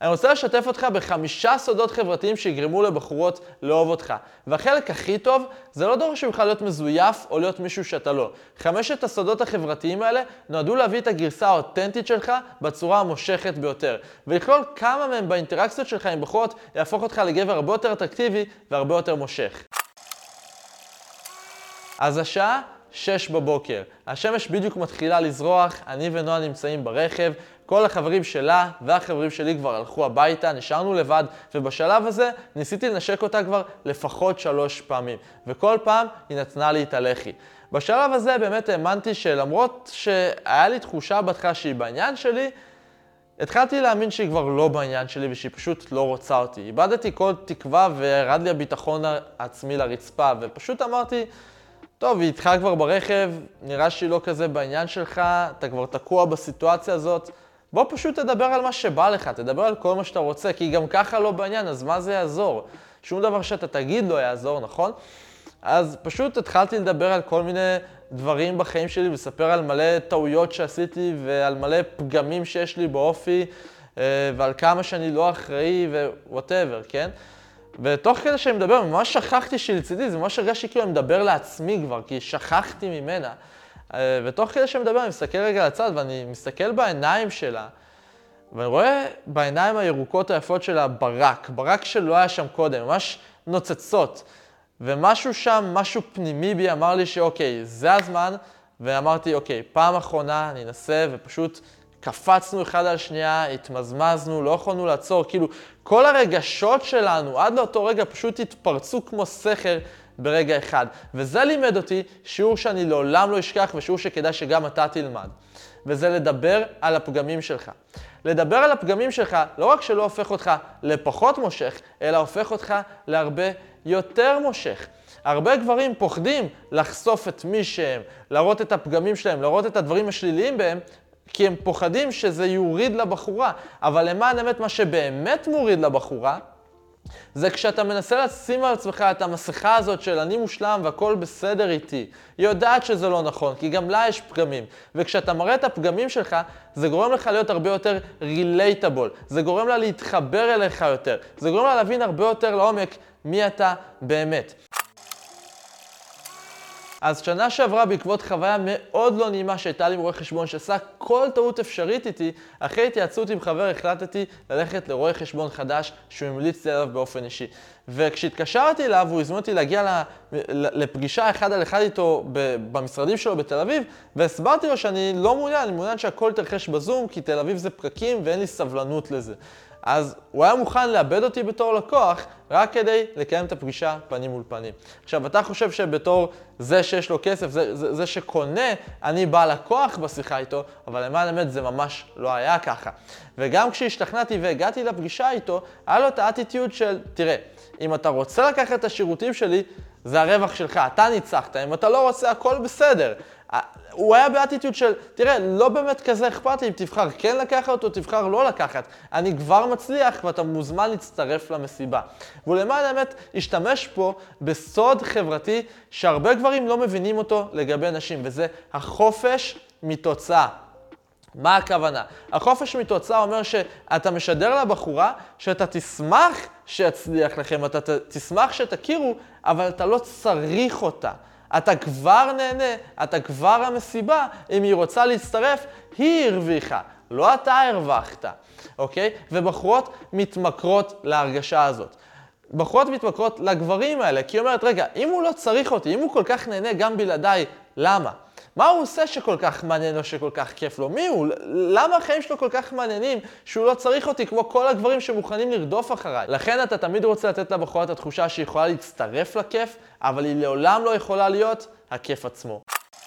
אני רוצה לשתף אותך ב5 סודות חברתיים שיגרמו לבחורות לאהוב אותך. והחלק הכי טוב, זה לא דורש ממך להיות מזויף או להיות מישהו שאתה לא. 5 הסודות החברתיים האלה נועדו להביא את הגרסה האותנטית שלך בצורה המושכת ביותר. ולכלול כמה מהם באינטראקציות שלך עם בחורות יהפוך אותך לגבר הרבה יותר אטרקטיבי והרבה יותר מושך. אז השעה 6 בבוקר. השמש בדיוק מתחילה לזרוח, אני ונועה נמצאים ברכב, כל החברים שלה והחברים שלי כבר הלכו הביתה, נשארנו לבד, ובשלב הזה ניסיתי לנשק אותה כבר לפחות 3 פעמים, וכל פעם היא נתנה לי את הלחי. בשלב הזה באמת האמנתי שלמרות שהיה לי תחושה בהתחלה שהיא בעניין שלי, התחלתי להאמין שהיא כבר לא בעניין שלי ושהיא פשוט לא רוצה אותי. איבדתי כל תקווה וירד לי הביטחון העצמי לרצפה, ופשוט אמרתי, טוב, היא איתך כבר ברכב, נראה שהיא לא כזה בעניין שלך, אתה כבר תקוע בסיטואציה הזאת. בוא פשוט תדבר על מה שבא לך, תדבר על כל מה שאתה רוצה, כי גם ככה לא בעניין, אז מה זה יעזור? שום דבר שאתה תגיד לא יעזור, נכון? אז פשוט התחלתי לדבר על כל מיני דברים בחיים שלי, ולספר על מלא טעויות שעשיתי, ועל מלא פגמים שיש לי באופי, ועל כמה שאני לא אחראי ו-whatever, כן? ותוך כדי שאני מדבר, ממש שכחתי שהיא לצידי, זה ממש הרגשתי כאילו אני מדבר לעצמי כבר, כי שכחתי ממנה. ותוך כדי שאני מדבר, אני מסתכל רגע לצד, ואני מסתכל בעיניים שלה, ואני רואה בעיניים הירוקות היפות שלה ברק שלא היה שם קודם, ממש נוצצות. ומשהו שם, משהו פנימי בי אמר לי שאוקיי, זה הזמן, ואמרתי אוקיי, פעם אחרונה אני אנסה, ופשוט קפצנו אחד על שנייה, התמזמזנו, לא יכולנו לעצור, כאילו כל הרגשות שלנו עד לאותו רגע פשוט התפרצו כמו סכר ברגע אחד. וזה לימד אותי שיעור שאני לעולם לא אשכח ושיעור שכדאי שגם אתה תלמד. וזה לדבר על הפגמים שלך. לדבר על הפגמים שלך לא רק שלא הופך אותך לפחות מושך, אלא הופך אותך להרבה יותר מושך. הרבה גברים פוחדים לחשוף את מי שהם, להראות את הפגמים שלהם, להראות את הדברים השליליים בהם, כי הם פוחדים שזה יוריד לבחורה. אבל למען האמת מה שבאמת מוריד לבחורה, זה כשאתה מנסה לשים על עצמך את המסכה הזאת של אני מושלם והכל בסדר איתי. היא יודעת שזה לא נכון, כי גם לה יש פגמים. וכשאתה מראה את הפגמים שלך, זה גורם לך להיות הרבה יותר relatable. זה גורם לה להתחבר אליך יותר. זה גורם לה להבין הרבה יותר לעומק מי אתה באמת. אז שנה שעברה בעקבות חוויה מאוד לא נעימה שהייתה לי עם רואה חשבון שעשה כל טעות אפשרית איתי, אחרי התייעצות עם חבר החלטתי ללכת לרואה חשבון חדש שהוא המליץ לי עליו באופן אישי. וכשהתקשרתי אליו הוא הזמין אותי להגיע לפגישה אחד על אחד איתו במשרדים שלו בתל אביב, והסברתי לו שאני לא מעוניין, אני מעוניין שהכל תרחש בזום, כי תל אביב זה פקקים ואין לי סבלנות לזה. אז הוא היה מוכן לאבד אותי בתור לקוח רק כדי לקיים את הפגישה פנים מול פנים. עכשיו, אתה חושב שבתור זה שיש לו כסף, זה שקונה, אני בא לקוח בשיחה איתו, אבל למען האמת זה ממש לא היה ככה. וגם כשהשתכנעתי והגעתי לפגישה איתו, היה לו את האטיטיוד של, תראה, אם אתה רוצה לקחת את השירותים שלי, זה הרווח שלך, אתה ניצחת, אם אתה לא רוצה, הכל בסדר. הוא היה באטיטיוד של, תראה, לא באמת כזה אכפת לי, אם תבחר כן לקחת אותו, תבחר לא לקחת. אני כבר מצליח ואתה מוזמן להצטרף למסיבה. והוא למען האמת השתמש פה בסוד חברתי שהרבה גברים לא מבינים אותו לגבי נשים, וזה החופש מתוצאה. מה הכוונה? החופש מתוצאה אומר שאתה משדר לבחורה שאתה תשמח שיצליח לכם, אתה תשמח שתכירו, אבל אתה לא צריך אותה. אתה כבר נהנה, אתה כבר המסיבה, אם היא רוצה להצטרף, היא הרוויחה, לא אתה הרווחת, אוקיי? ובחורות מתמכרות להרגשה הזאת. בחורות מתמכרות לגברים האלה, כי היא אומרת, רגע, אם הוא לא צריך אותי, אם הוא כל כך נהנה גם בלעדיי, למה? מה הוא עושה שכל כך מעניין לו, שכל כך כיף לו? מי הוא? למה החיים שלו כל כך מעניינים שהוא לא צריך אותי כמו כל הגברים שמוכנים לרדוף אחריי? לכן אתה תמיד רוצה לתת לבחורה את התחושה שהיא יכולה להצטרף לכיף, אבל היא לעולם לא יכולה להיות הכיף עצמו.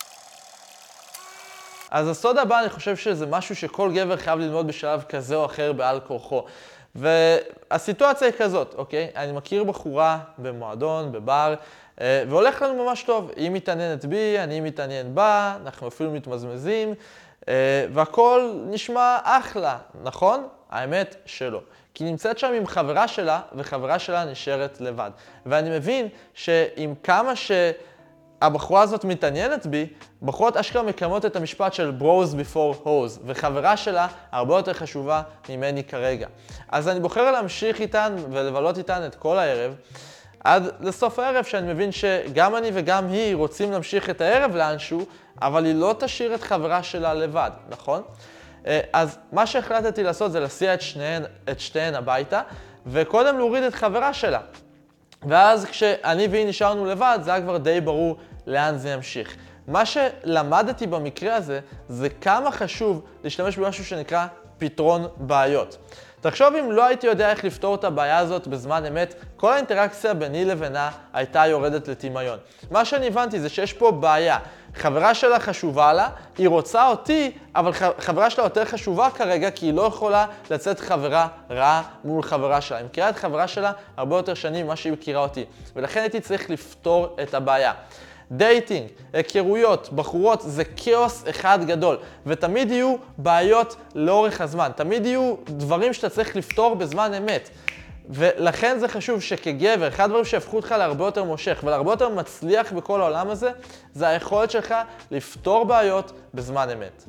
אז הסוד הבא, אני חושב שזה משהו שכל גבר חייב ללמוד בשלב כזה או אחר בעל כורחו. והסיטואציה היא כזאת, אוקיי? אני מכיר בחורה במועדון, בבר, והולך לנו ממש טוב. היא מתעניינת בי, אני מתעניין בה, אנחנו אפילו מתמזמזים, והכל נשמע אחלה, נכון? האמת שלא. כי נמצאת שם עם חברה שלה, וחברה שלה נשארת לבד. ואני מבין שעם כמה הבחורה הזאת מתעניינת בי, בחורות אשכרה מקיימות את המשפט של bros before hoes, וחברה שלה הרבה יותר חשובה ממני כרגע. אז אני בוחר להמשיך איתן ולבלות איתן את כל הערב, עד לסוף הערב שאני מבין שגם אני וגם היא רוצים להמשיך את הערב לאנשהו, אבל היא לא תשאיר את חברה שלה לבד, נכון? אז מה שהחלטתי לעשות זה להסיע את שתיהן הביתה, וקודם להוריד את חברה שלה. ואז כשאני והיא נשארנו לבד, זה היה כבר די ברור לאן זה ימשיך. מה שלמדתי במקרה הזה, זה כמה חשוב להשתמש במשהו שנקרא פתרון בעיות. תחשוב אם לא הייתי יודע איך לפתור את הבעיה הזאת בזמן אמת, כל האינטראקציה ביני לבינה הייתה יורדת לטמיון. מה שאני הבנתי זה שיש פה בעיה. חברה שלה חשובה לה, היא רוצה אותי, אבל חברה שלה יותר חשובה כרגע, כי היא לא יכולה לצאת חברה רעה מול חברה שלה. היא מכירה את חברה שלה הרבה יותר שנים ממה שהיא מכירה אותי, ולכן הייתי צריך לפתור את הבעיה. דייטינג, היכרויות, בחורות, זה כאוס אחד גדול, ותמיד יהיו בעיות לאורך הזמן, תמיד יהיו דברים שאתה צריך לפתור בזמן אמת. ולכן זה חשוב שכגבר, אחד הדברים שהפכו אותך להרבה יותר מושך ולהרבה יותר מצליח בכל העולם הזה, זה היכולת שלך לפתור בעיות בזמן אמת.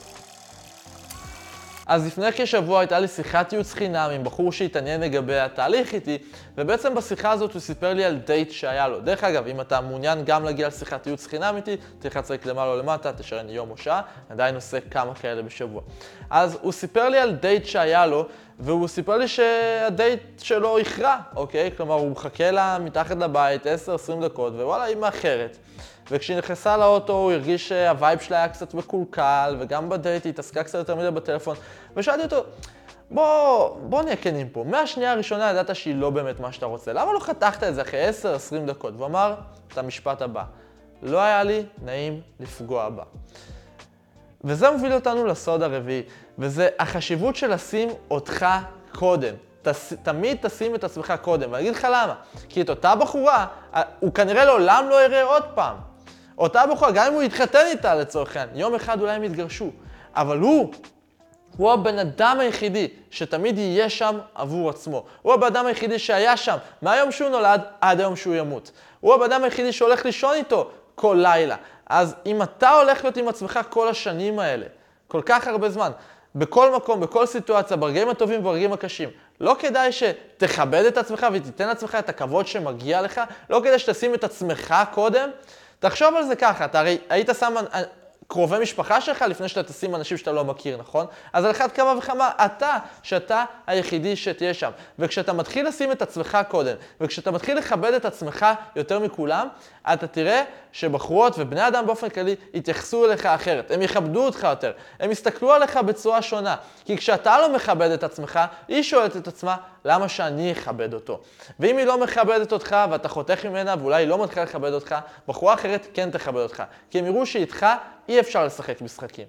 אז לפני כשבוע הייתה לי שיחת ייעוץ חינם עם בחור שהתעניין לגבי התהליך איתי, ובעצם בשיחה הזאת הוא סיפר לי על דייט שהיה לו. דרך אגב, אם אתה מעוניין גם להגיע לשיחת ייעוץ חינם איתי, תלחץ רק למעלה או למטה, תשארני יום או שעה, עדיין עושה כמה כאלה בשבוע. אז הוא סיפר לי על דייט שהיה לו, והוא סיפר לי שהדייט שלו הכרע, אוקיי? כלומר, הוא מחכה לה מתחת לבית 10-20 דקות, ווואלה, היא מאחרת. וכשהיא נכנסה לאוטו, הוא הרגיש שהווייב שלה היה קצת מקולקל, וגם בדייט היא התעסקה קצת יותר מדי בטלפון. ושאלתי אותו, בוא נהיה כנים פה. מהשנייה הראשונה ידעת שהיא לא באמת מה שאתה רוצה. למה לא חתכת את זה אחרי 10-20 דקות? והוא אמר את המשפט הבא, לא היה לי נעים לפגוע בה. וזה מוביל אותנו לסוד הרביעי, וזה החשיבות של לשים אותך קודם. תמיד תשים את עצמך קודם, ואני אגיד לך למה. כי את אותה בחורה, הוא כנראה לעולם לא יראה עוד פעם. אותה בחורה, גם אם הוא יתחתן איתה לצורך העניין, יום אחד אולי הם יתגרשו. אבל הוא הבן אדם היחידי שתמיד יהיה שם עבור עצמו. הוא הבן אדם היחידי שהיה שם מהיום שהוא נולד עד היום שהוא ימות. הוא הבן אדם היחידי שהולך לישון איתו כל לילה. אז אם אתה הולך להיות עם עצמך כל השנים האלה, כל כך הרבה זמן, בכל מקום, בכל סיטואציה, ברגעים הטובים וברגעים הקשים, לא כדאי שתכבד את עצמך ותיתן לעצמך את הכבוד שמגיע לך, לא כדאי שתשים את עצמך קודם. תחשוב על זה ככה, אתה הרי היית שם קרובי משפחה שלך לפני שאתה תשים אנשים שאתה לא מכיר, נכון? אז על אחד כמה וכמה שאתה היחידי שתהיה שם. וכשאתה מתחיל לשים את עצמך קודם, וכשאתה מתחיל לכבד את עצמך יותר מכולם, אתה תראה שבחורות ובני אדם באופן כללי יתייחסו אליך אחרת. הם יכבדו אותך יותר, הם יסתכלו עליך בצורה שונה. כי כשאתה לא מכבד את עצמך, היא שואלת את עצמה, למה שאני אכבד אותו? ואם היא לא מכבדת אותך ואתה חותך ממנה ואולי היא לא מתחילה לכבד אותך, בחורה אחרת כן תכבד אותך. כי הם יראו שאיתך אי אפשר לשחק משחקים.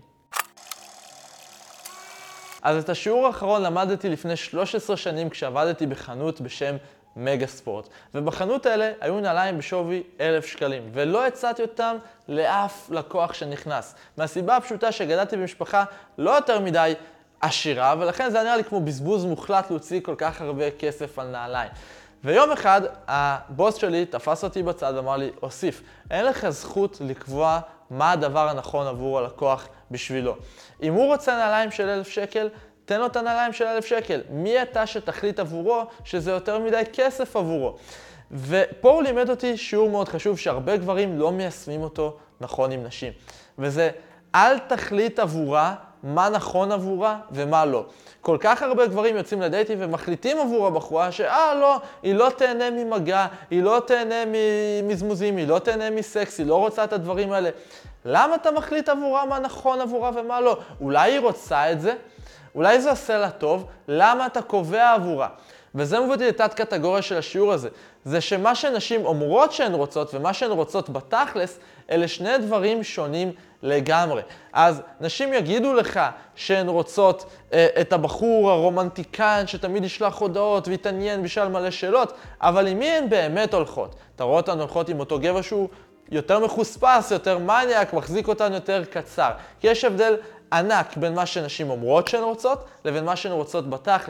אז את השיעור האחרון למדתי לפני 13 שנים כשעבדתי בחנות בשם מגה ספורט. ובחנות האלה היו נעליים בשווי 1,000 שקלים, ולא הצעתי אותם לאף לקוח שנכנס. מהסיבה הפשוטה שגדלתי במשפחה לא יותר מדי עשירה, ולכן זה נראה לי כמו בזבוז מוחלט להוציא כל כך הרבה כסף על נעליים. ויום אחד הבוס שלי תפס אותי בצד ואמר לי, אוסיף, אין לך זכות לקבוע מה הדבר הנכון עבור הלקוח בשבילו. אם הוא רוצה נעליים של 1,000 שקל, תן לו את הנעליים של 1,000 שקל. מי אתה שתחליט עבורו שזה יותר מדי כסף עבורו? ופה הוא לימד אותי שיעור מאוד חשוב שהרבה גברים לא מיישמים אותו נכון עם נשים. וזה, אל תחליט עבורה מה נכון עבורה ומה לא. כל כך הרבה גברים יוצאים לדייטים ומחליטים עבור הבחורה לא, היא לא תהנה ממגע, היא לא תהנה ממזמוזים, היא לא תהנה מסקס, היא לא רוצה את הדברים האלה. למה אתה מחליט עבורה מה נכון עבורה ומה לא? אולי היא רוצה את זה? אולי זה עושה לה טוב? למה אתה קובע עבורה? וזה מוביל לתת קטגוריה של השיעור הזה. זה שמה שנשים אומרות שהן רוצות ומה שהן רוצות בתכלס, אלה שני דברים שונים לגמרי. אז נשים יגידו לך שהן רוצות את הבחור הרומנטיקן שתמיד ישלח הודעות ויתעניין בשאל מלא שאלות, אבל עם מי הן באמת הולכות? אתה רואה אותן הולכות עם אותו גבר שהוא יותר מחוספס, יותר מניאק, מחזיק אותן יותר קצר. כי יש הבדל ענק בין מה שנשים אומרות שהן רוצות לבין מה שהן רוצות בתכלס.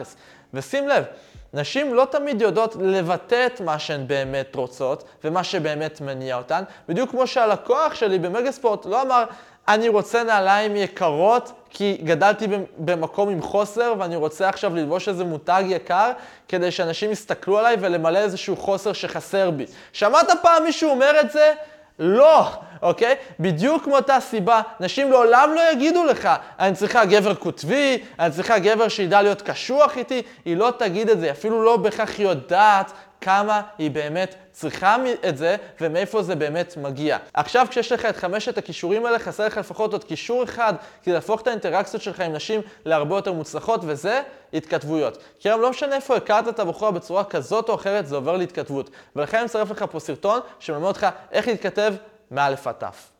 ושים לב, נשים לא תמיד יודעות לבטא את מה שהן באמת רוצות ומה שבאמת מניע אותן. בדיוק כמו שהלקוח שלי במגה-ספורט לא אמר, אני רוצה נעליים יקרות כי גדלתי במקום עם חוסר ואני רוצה עכשיו ללבוש איזה מותג יקר כדי שאנשים יסתכלו עליי ולמלא איזשהו חוסר שחסר בי. שמעת פעם מישהו אומר את זה? לא, אוקיי? בדיוק מאותה סיבה, נשים לעולם לא יגידו לך, אני צריכה גבר כותבי, אני צריכה גבר שידע להיות קשוח איתי, היא לא תגיד את זה, אפילו לא בכך יודעת כמה היא באמת צריכה את זה ומאיפה זה באמת מגיע. עכשיו כשיש לך את 5 הכישורים האלה, חסר לך לפחות עוד כישור אחד כדי להפוך את האינטראקציות שלך עם נשים להרבה יותר מוצלחות, וזה התכתבויות. כי היום לא משנה איפה הכרת את הבחורה בצורה כזאת או אחרת, זה עובר להתכתבות. ולכן אני מצרף לך פה סרטון שמלמד אותך איך להתכתב מאלף עד תף.